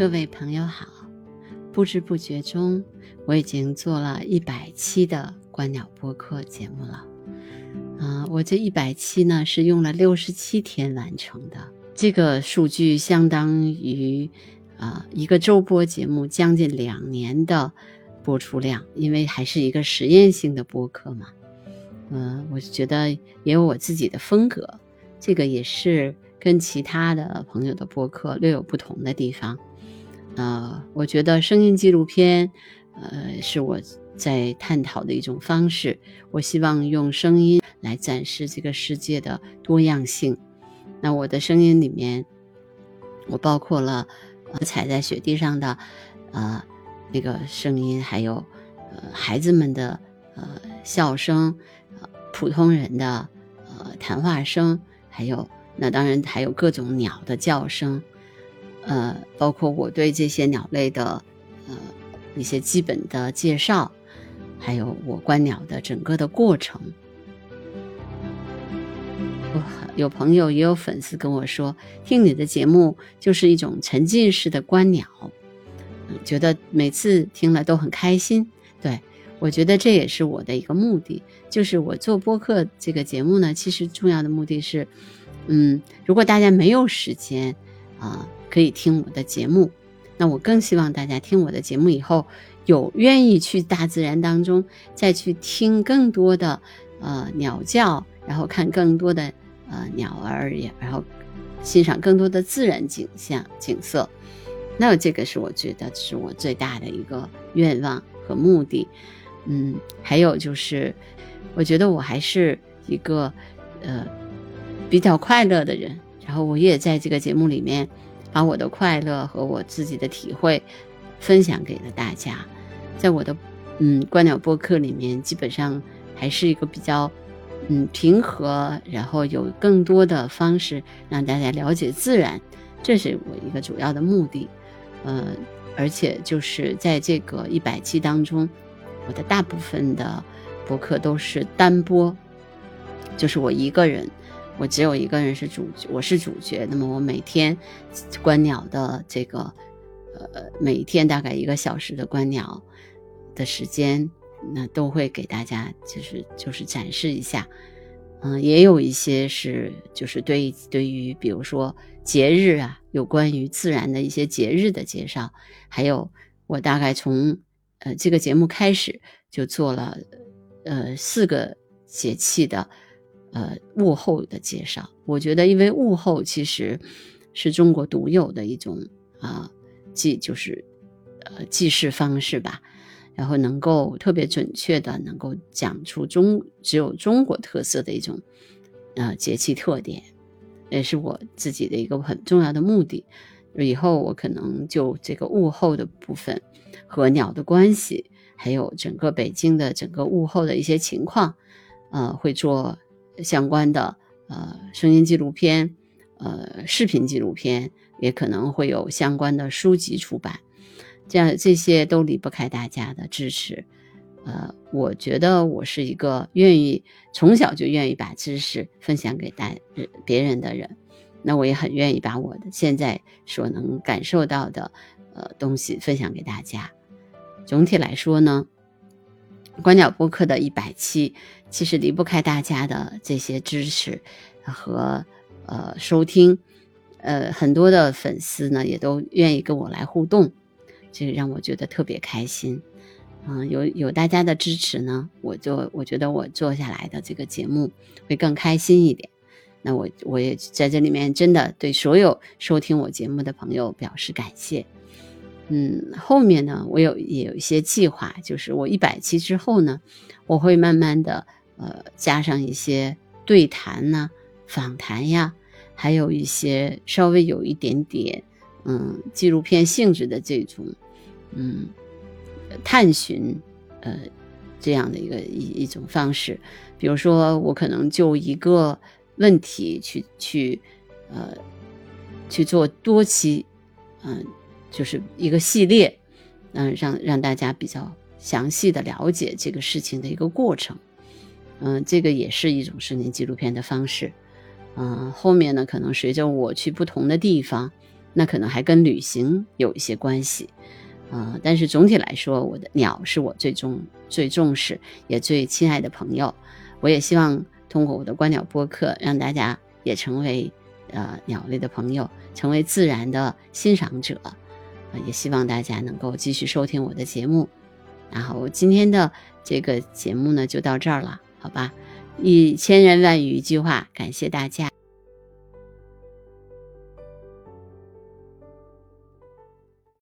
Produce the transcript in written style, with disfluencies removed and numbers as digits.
各位朋友好，不知不觉中我已经做了100期的观鸟播客节目了。我这100期呢是用了67天完成的，这个数据相当于一个周播节目将近2年的播出量，因为还是一个实验性的播客嘛。我觉得也有我自己的风格，这个也是跟其他的朋友的播客略有不同的地方。我觉得声音纪录片是我在探讨的一种方式，我希望用声音来展示这个世界的多样性。那我的声音里面我包括了踩在雪地上的那个声音，还有孩子们的笑声，普通人的谈话声，还有那当然还有各种鸟的叫声，包括我对这些鸟类的一些基本的介绍，还有我观鸟的整个的过程。有朋友也有粉丝跟我说，听你的节目就是一种沉浸式的观鸟，觉得每次听了都很开心。对，我觉得这也是我的一个目的，就是我做播客这个节目呢，其实重要的目的是如果大家没有时间可以听我的节目，那我更希望大家听我的节目以后有愿意去大自然当中再去听更多的鸟叫，然后看更多的鸟儿，然后欣赏更多的自然景色。那这个是我觉得是我最大的一个愿望和目的。还有就是我觉得我还是一个比较快乐的人，然后我也在这个节目里面把我的快乐和我自己的体会分享给了大家。在我的观鸟播客里面，基本上还是一个比较平和，然后有更多的方式让大家了解自然，这是我一个主要的目的。而且就是在这个100期当中，我的大部分的播客都是单播，就是我一个人，我只有一个人是我是主角。那么我每天观鸟的这个每天大概1个小时的观鸟的时间，那都会给大家就是展示一下。也有一些是就是对于比如说节日有关于自然的一些节日的介绍，还有我大概从这个节目开始就做了4个节气的物候的介绍。我觉得因为物候其实是中国独有的一种记事方式吧，然后能够特别准确的能够讲出只有中国特色的一种节气特点，也是我自己的一个很重要的目的。以后我可能就这个物候的部分和鸟的关系，还有整个北京的整个物候的一些情况，会做相关的声音纪录片，视频纪录片，也可能会有相关的书籍出版，这些都离不开大家的支持。我觉得我是一个从小就愿意把知识分享给别人的人，那我也很愿意把我的现在所能感受到的东西分享给大家。总体来说呢，观鸟播客的100期其实离不开大家的这些支持和收听。很多的粉丝呢也都愿意跟我来互动，这个让我觉得特别开心。有大家的支持呢，我觉得我做下来的这个节目会更开心一点。那我也在这里面真的对所有收听我节目的朋友表示感谢。后面呢我也有一些计划，就是我100期之后呢，我会慢慢的加上一些对谈访谈还有一些稍微有一点点纪录片性质的这种探寻这样的一种方式。比如说我可能就一个问题去做多期就是一个系列，让大家比较详细的了解这个事情的一个过程。这个也是一种声音纪录片的方式。后面呢可能随着我去不同的地方， 那可能还跟旅行有一些关系。但是总体来说，我的鸟是我最重视也最亲爱的朋友。我也希望通过我的观鸟播客，让大家也成为鸟类的朋友，成为自然的欣赏者。也希望大家能够继续收听我的节目。然后今天的这个节目呢就到这儿了，好吧？1000人万语一句话，感谢大家。